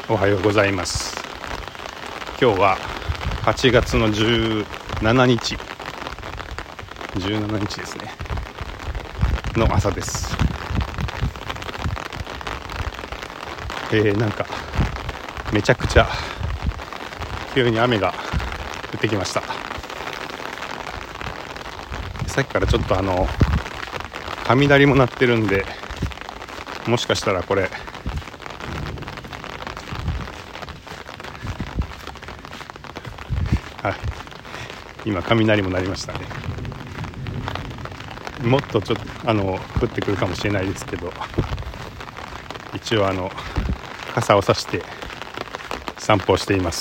おはようございます。今日は8月の17日ですねの朝です。なんかめちゃくちゃ急に雨が降ってきました。さっきからちょっと雷も鳴ってるんで、もしかしたらこれ今雷も鳴りましたね。もっとちょっと降ってくるかもしれないですけど、一応傘を差して散歩をしています。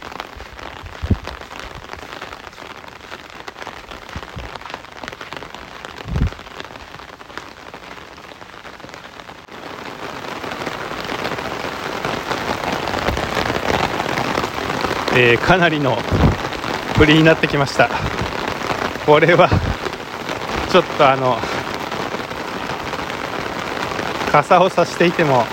かなりの降りになってきました。これはちょっと傘を差していても、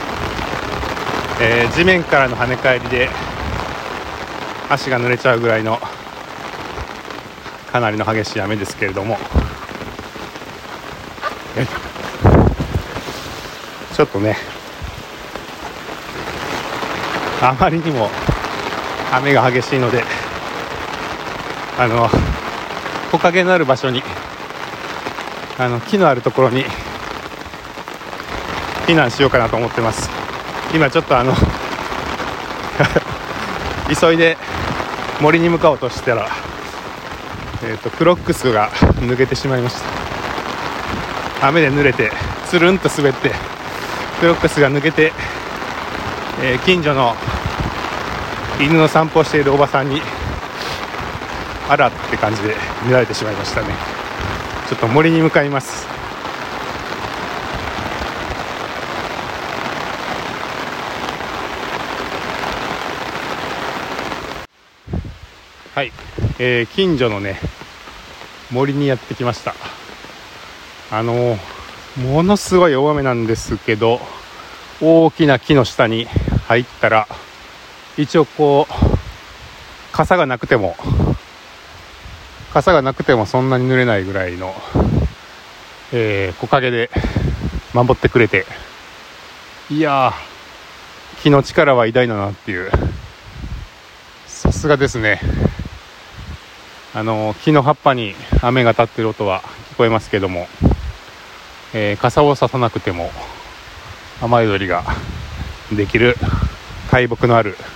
地面からの跳ね返りで足が濡れちゃうぐらいのかなりの激しい雨ですけれども、ちょっとね、あまりにも雨が激しいので木陰のある場所に木のあるところに避難しようかなと思ってます。今ちょっと急いで森に向かおうとしたら、クロックスが抜けてしまいました。雨で濡れてつるんと滑ってクロックスが抜けて、近所の犬の散歩をしているおばさんにあらって感じで見られてしまいましたね。ちょっと森に向かいます。はい、近所のね森にやってきました。ものすごい大雨なんですけど、大きな木の下に入ったら一応こう傘がなくてもそんなに濡れないぐらいの、木陰で守ってくれて、いやー、木の力は偉大だなっていう、さすがですね。木の葉っぱに雨が当たってる音は聞こえますけども、傘を差さなくても雨宿りができる大木のある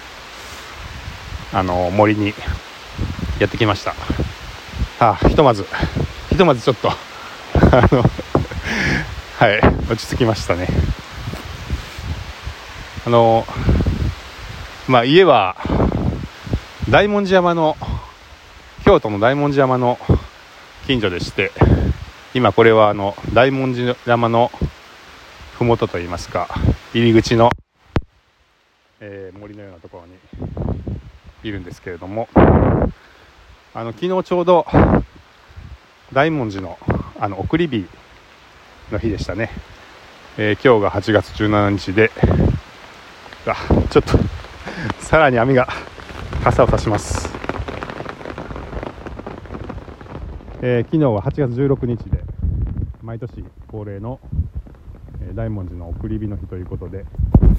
森にやってきました。ひとまずちょっとはい落ち着きましたね。家は京都の大文字山の近所でして、今これは大文字山のふもとといいますか、入り口の、森のようなところにいるんですけれども、昨日ちょうど大文字の送り火の日でしたね。今日が8月17日で、ちょっとさらに雨が傘を差します。昨日は8月16日で毎年恒例の、大文字の送り火の日ということで、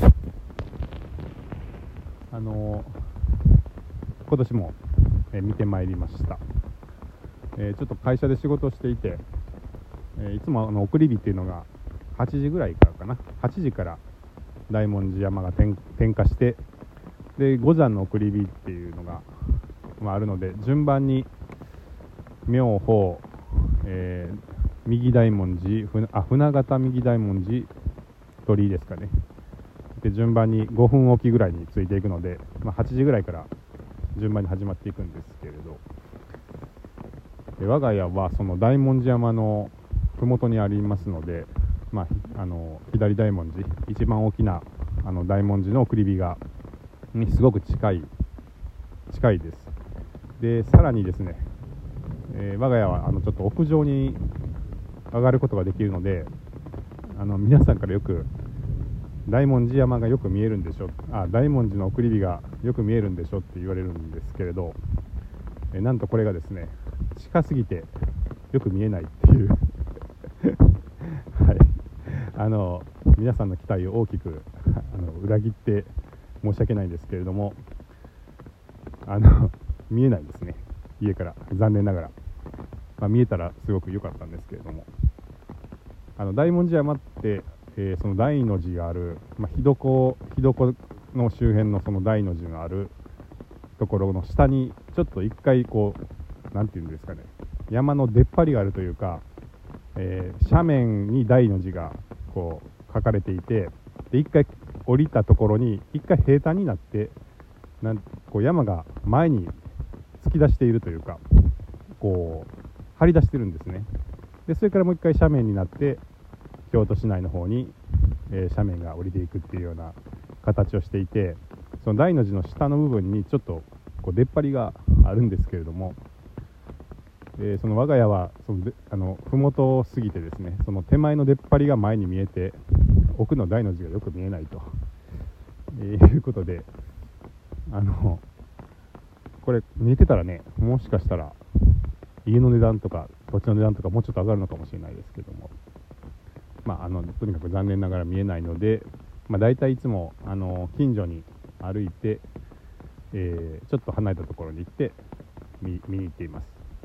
今年も、見てまいりました。ちょっと会社で仕事をしていて、いつも送り火っていうのが8時ぐらいからかな、8時から大文字山が点火して、で五山の送り火っていうのが、あるので、順番に妙法、右大文字、船形右大文字、鳥居ですかね。で順番に5分おきぐらいについていくので、8時ぐらいから順番に始まっていくんですけれど、我が家はその大文字山の麓にありますので、左大文字、一番大きな大文字の送り火がにすごく近いです。でさらにですね、我が家はちょっと屋上に上がることができるので、皆さんからよく大文字山がよく見えるんでしょ、大文字の送り火がよく見えるんでしょって言われるんですけれど、なんとこれがですね、近すぎてよく見えないっていうはい、皆さんの期待を大きく裏切って申し訳ないんですけれども、見えないですね、家から。残念ながら、見えたらすごく良かったんですけれども、大文字山って、その大の字がある、日床の周辺のその大の字があるところの下にちょっと一回こう、なんていうんですかね、山の出っ張りがあるというか、斜面に大の字がこう書かれていて、で一回降りたところに一回平坦になって、こう山が前に突き出しているというか、こう張り出してるんですね。でそれからもう一回斜面になって京都市内の方に、斜面が降りていくっていうような形をしていて、その大の字の下の部分にちょっとこう出っ張りがあるんですけれども、その我が家は麓すぎてですね、その手前の出っ張りが前に見えて、奥の大の字がよく見えないと、いうことで、これ見てたらね、もしかしたら家の値段とか土地の値段とかもうちょっと上がるのかもしれないですけども、とにかく残念ながら見えないので、だいたいいつも近所に歩いて、ちょっと離れたところに行って見に行っています。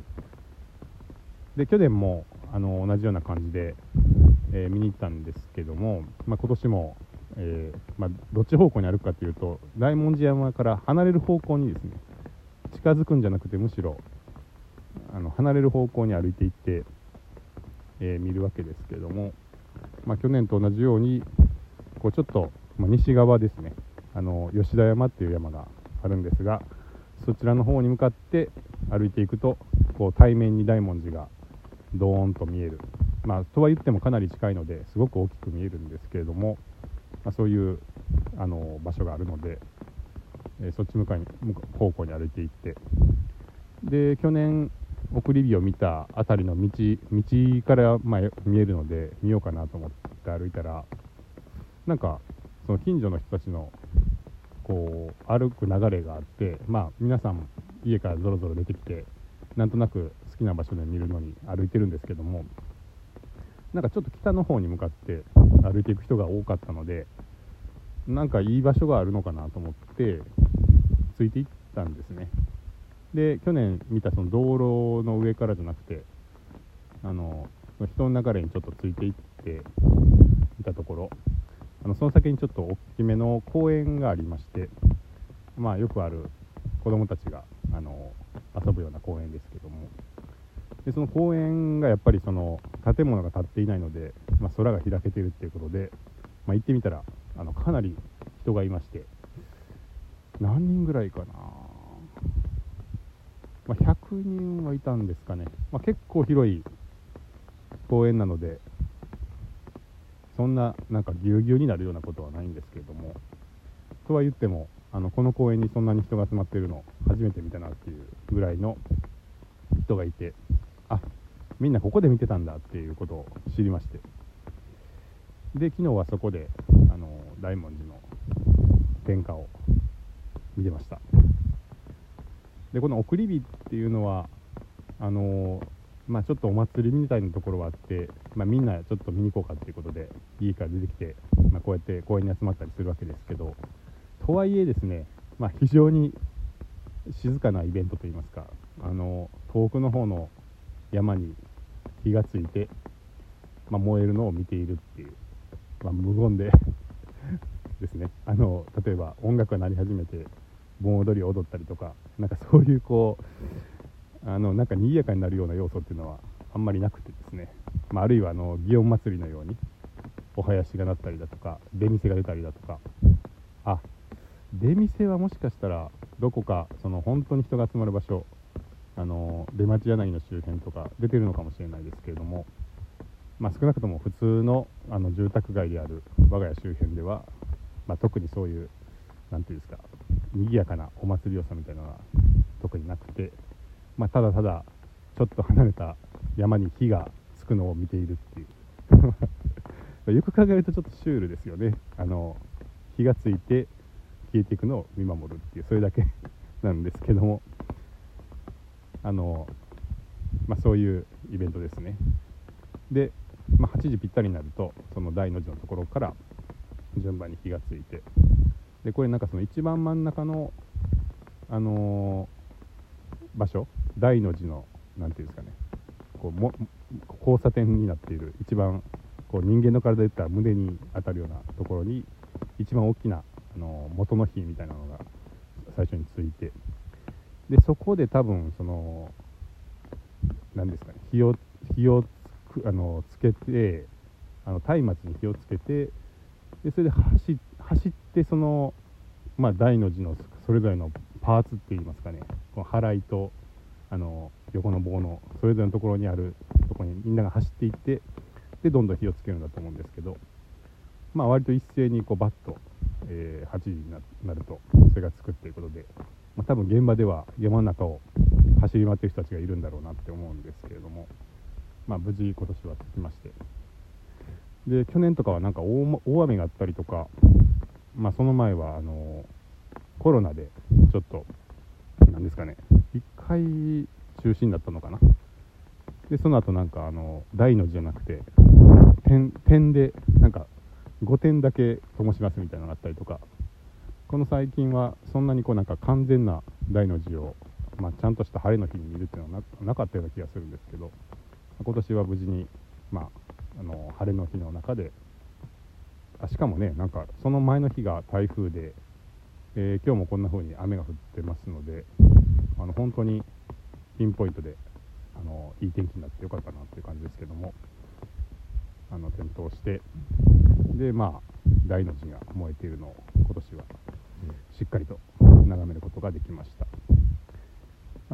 で去年も同じような感じで、見に行ったんですけども、今年も、どっち方向に歩くかというと、大文字山から離れる方向にですね、近づくんじゃなくてむしろ離れる方向に歩いていって、見るわけですけれども、去年と同じようにこうちょっと、西側ですね、吉田山っていう山があるんですが、そちらの方に向かって歩いていくと、こう対面に大文字がドーンと見える、とは言ってもかなり近いのですごく大きく見えるんですけれども、そういう場所があるので、そっち方向に歩いていって、で去年送り火を見た辺りの道から、見えるので見ようかなと思って歩いたら、なんかその近所の人たちのこう歩く流れがあって、皆さん家からぞろぞろ出てきて、なんとなく好きな場所で見るのに歩いてるんですけども、なんかちょっと北の方に向かって歩いていく人が多かったので、なんかいい場所があるのかなと思ってついていったんですね。で去年見たその道路の上からじゃなくて、人の流れにちょっとついていって見たところ、その先にちょっと大きめの公園がありまして、よくある子供たちが遊ぶような公園ですけども、でその公園がやっぱりその建物が建っていないので、空が開けているっていうことで、行ってみたらかなり人がいまして、何人ぐらいかな、100人はいたんですかね。結構広い公園なので、そんななんかぎゅうぎゅうになるようなことはないんですけれども、とは言ってもこの公園にそんなに人が集まっているの初めて見たなっていうぐらいの人がいて、みんなここで見てたんだっていうことを知りまして、で昨日はそこで大文字の点火を見てました。でこの送り火っていうのはちょっとお祭りみたいなところはあって、みんなちょっと見に行こうかっていうことで家から出てきて、こうやって公園に集まったりするわけですけど、とはいえですね、非常に静かなイベントといいますか、遠くの方の山に火がついて、燃えるのを見ているっていう、無言でですね、例えば音楽が鳴り始めて盆踊りを踊ったりとか、なんかそういうこうなんか賑やかになるような要素っていうのはあんまりなくてですね、あるいは祇園祭りのようにお囃子が鳴ったりだとか、出店が出たりだとか、出店はもしかしたらどこかその本当に人が集まる場所、出町柳の周辺とか出てるのかもしれないですけれども、少なくとも普通の住宅街である我が家周辺では、特にそういうなんていうんですか、賑やかなお祭り要素みたいなのは特になくて、ただただちょっと離れた山に火がつくのを見ているっていうよく考えるとちょっとシュールですよね。火がついて消えていくのを見守るっていうそれだけなんですけども、そういうイベントですね。で、8時ぴったりになるとその大の字のところから順番に火がついて、でこれなんかその一番真ん中の場所、大の字のなんていうんですかね、こう交差点になっている一番こう人間の体で言ったら胸に当たるようなところに一番大きな元の火みたいなのが最初について、でそこで多分その何ですかね、火をつけて松明に火をつけて、でそれで走ってその大の字のそれぞれのパーツっていいますかね、この払いと横の棒のそれぞれのところにあるところにみんなが走っていって、でどんどん火をつけるんだと思うんですけど、割と一斉にこうバッと、8時になるとそれがつくっていうことで、多分現場では山の中を走り回っている人たちがいるんだろうなって思うんですけれども、無事今年はつきまして、で去年とかはなんか大雨があったりとか、その前はコロナでちょっとなんですかね、1回中止になったのかな。でその後なんか大の字じゃなくて点でなんか5点だけ灯しますみたいなのがあったりとか、この最近はそんなにこうなんか完全な大の字を、ちゃんとした晴れの日に見るっていうのはなかったような気がするんですけど、今年は無事に、晴れの日の中で、しかもね、なんかその前の日が台風で、今日もこんな風に雨が降ってますので、本当にピンポイントでいい天気になってよかったなっていう感じですけども、点灯して、で大の字が燃えているのを今年はしっかりと眺めることができました。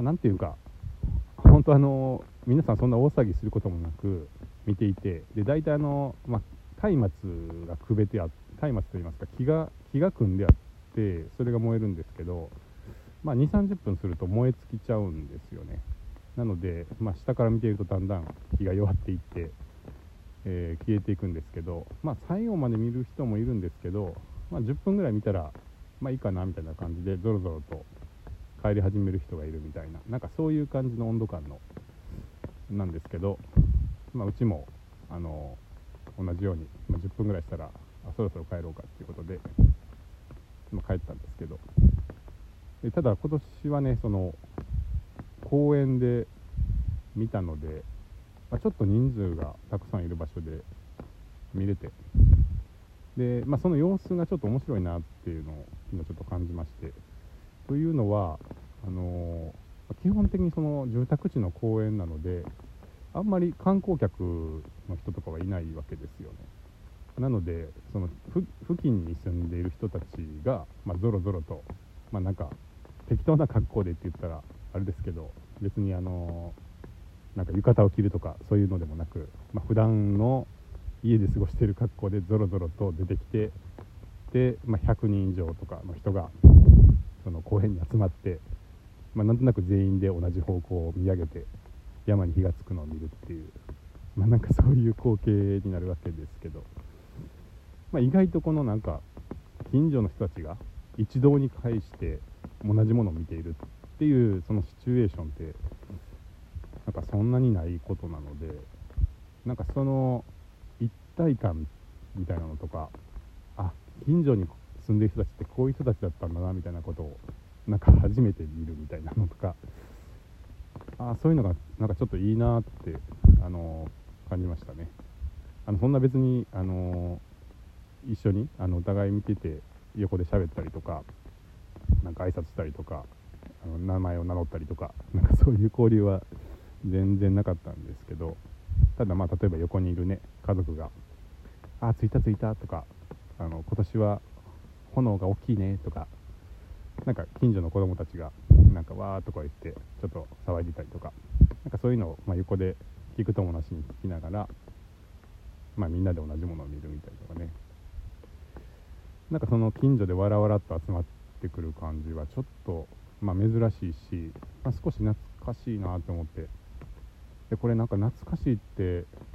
なんていうか本当皆さんそんな大騒ぎすることもなく見ていて、で大体松明がくべてあって、松明といいますか木が組んであってそれが燃えるんですけど、2、30分すると燃え尽きちゃうんですよね。なので、下から見ているとだんだん火が弱っていって、消えていくんですけど、最後まで見る人もいるんですけど、10分ぐらい見たらいいかなみたいな感じでぞろぞろと帰り始める人がいるみたいな、なんかそういう感じの温度感のなんですけど、うちも同じように、10分ぐらいしたらそろそろ帰ろうかっていうことで帰ったんですけど、ただ今年はね、その公園で見たので、ちょっと人数がたくさんいる場所で見れて、で、その様子がちょっと面白いなっていうのを今ちょっと感じまして、というのは基本的にその住宅地の公園なので、あんまり観光客の人とかはいないわけですよね。なのでその付近に住んでいる人たちが、ぞろぞろと、なんか適当な格好でって言ったらあれですけど、別になんか浴衣を着るとかそういうのでもなく、普段の家で過ごしている格好でぞろぞろと出てきて、で、100人以上とかの人がその公園に集まって、なんとなく全員で同じ方向を見上げて山に火がつくのを見るっていう、なんかそういう光景になるわけですけど、意外とこのなんか近所の人たちが一堂に会して同じものを見ているっていうそのシチュエーションってなんかそんなにないことなので、なんかその一体感みたいなのとか、近所に住んでる人たちってこういう人たちだったんだなみたいなことをなんか初めて見るみたいなのとか、そういうのがなんかちょっといいなって感じましたね。そんな別に一緒にお互い見てて横で喋ったりとか、なんか挨拶したりとか、名前を名乗ったりとか、なんかそういう交流は全然なかったんですけど、ただ例えば横にいるね家族が着いた着いたとか、今年は炎が大きいねとか、なんか近所の子供たちがなんかわーとか言ってちょっと騒いでたりとか、なんかそういうのを横で聞くともなしに聞きながら、みんなで同じものを見るみたいとかね、なんかその近所でわらわらっと集まってくる感じはちょっと珍しいし、少し懐かしいなと思って、でこれなんか懐かしいって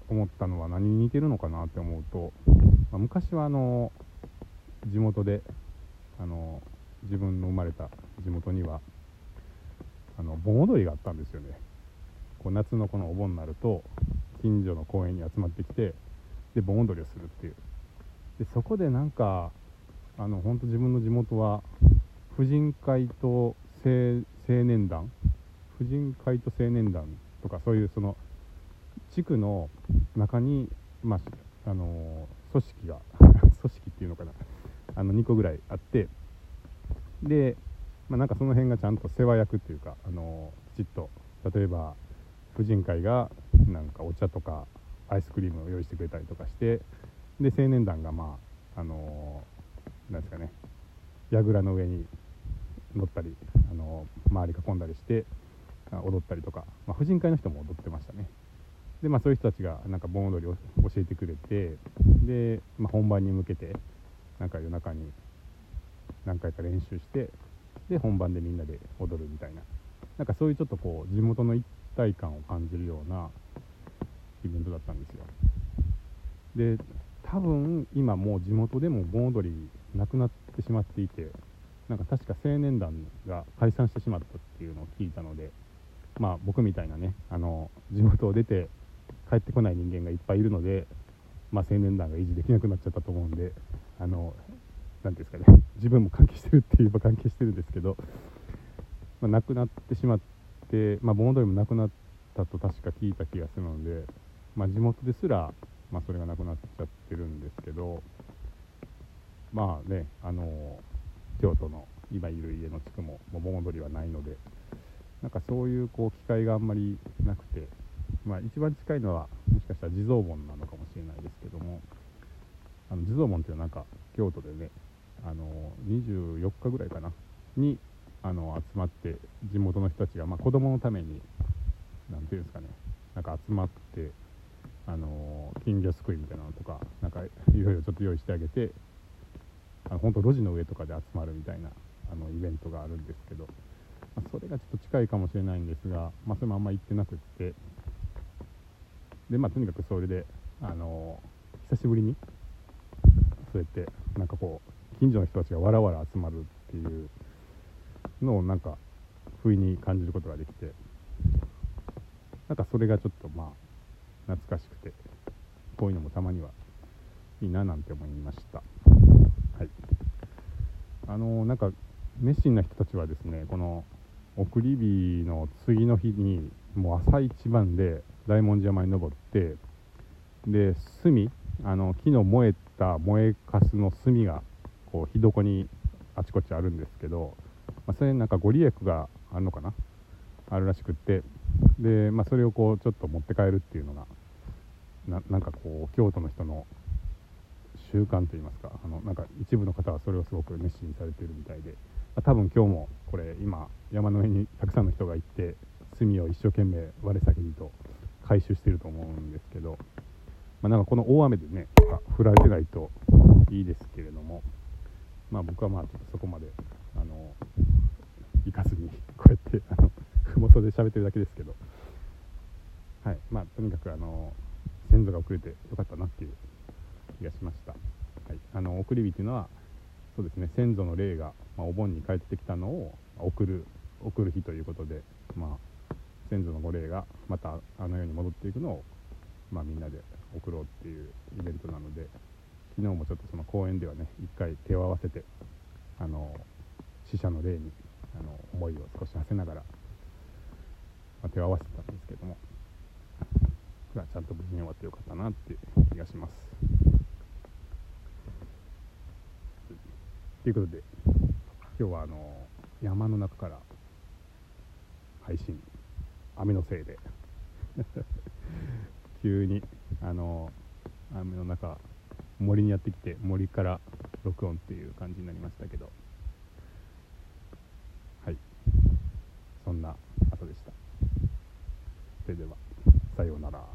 思ったのは何に似てるのかなって思うと、昔は地元で自分の生まれた地元には盆踊りがあったんですよね。こう夏のこのお盆になると近所の公園に集まってきて、で盆踊りをするっていう。でそこでなんか本当自分の地元は婦人会と青年団婦人会と青年団とか、そういうその地区の中に、組織が組織っていうのかな、2個ぐらいあって、で、なんかその辺がちゃんと世話役っていうか、きちっと例えば婦人会がなんかお茶とかアイスクリームを用意してくれたりとかして、で青年団がなんですかね、櫓の上に乗ったり周り囲んだりして踊ったりとか、婦人会の人も踊ってましたね。でそういう人たちがなんか盆踊りを教えてくれて、で、本番に向けてなんか夜中に何回か練習して、で本番でみんなで踊るみたいな、なんかそういうちょっとこう地元の一体感を感じるようなイベントだったんですよ。で多分今もう地元でも盆踊りなくなってしまっていて、なんか確か青年団が解散してしまったっていうのを聞いたので、僕みたいなね地元を出て帰ってこない人間がいっぱいいるので、青年団が維持できなくなっちゃったと思うんで、なんていうんですかね、自分も関係してるって言えば関係してるんですけど、なくなってしまって、盆踊りもなくなったと確か聞いた気がするので、地元ですら、それがなくなっちゃってるんですけど、京都の今いる家の地区も盆踊りはないので、なんかそういう機会があんまりなくて、一番近いのはもしかしたら地蔵盆なのかもしれないですけども、地蔵盆っていうのはなんか京都でね、24日ぐらいかなに集まって、地元の人たちが子供のためになんていうんですかね、なんか集まって金魚すくいみたいなのとか、なんかいろいろちょっと用意してあげて、本当路地の上とかで集まるみたいなイベントがあるんですけど、それがちょっと近いかもしれないんですが、それもあんま行ってなくって、でとにかくそれで久しぶりにそうやってなんかこう近所の人たちがわらわら集まるっていうのをなんか不意に感じることができて、なんかそれがちょっと懐かしくて、こういうのもたまにはいいななんて思いました。はい。なんか熱心な人たちはですね、この送り火の次の日にもう朝一番で大文字山に登って、で炭木の燃えかすの炭がこう火床にあちこちあるんですけど、それなんかご利益があるのかな、あるらしくって、で、それをこうちょっと持って帰るっていうのがなんかこう京都の人の習慣といいますか、なんか一部の方はそれをすごく熱心にされているみたいで、多分今日もこれ今山の上にたくさんの人が行って炭を一生懸命我先にと回収していると思うんですけど、なんかこの大雨でね降られてないといいですけれども、僕はちょっとそこまで行かずにこうやって麓で喋ってるだけですけど、はい、とにかく先祖が遅れてよかったなっていう気がしました。はい、送り火というのはそうですね、先祖の霊が、お盆に帰ってきたのを送る日ということで、先祖のご霊がまた世に戻っていくのを、みんなで送ろうっていうイベントなので、昨日もちょっとその公園ではね一回手を合わせて死者の霊に思いを少し馳せながら、手を合わせてたんですけども、ちゃんと無事に終わってよかったなっていう気がします。ということで今日は山の中から配信、雨のせいで急に雨の中森にやってきて森から録音っていう感じになりましたけど、はい、そんな朝でした。それではさようなら。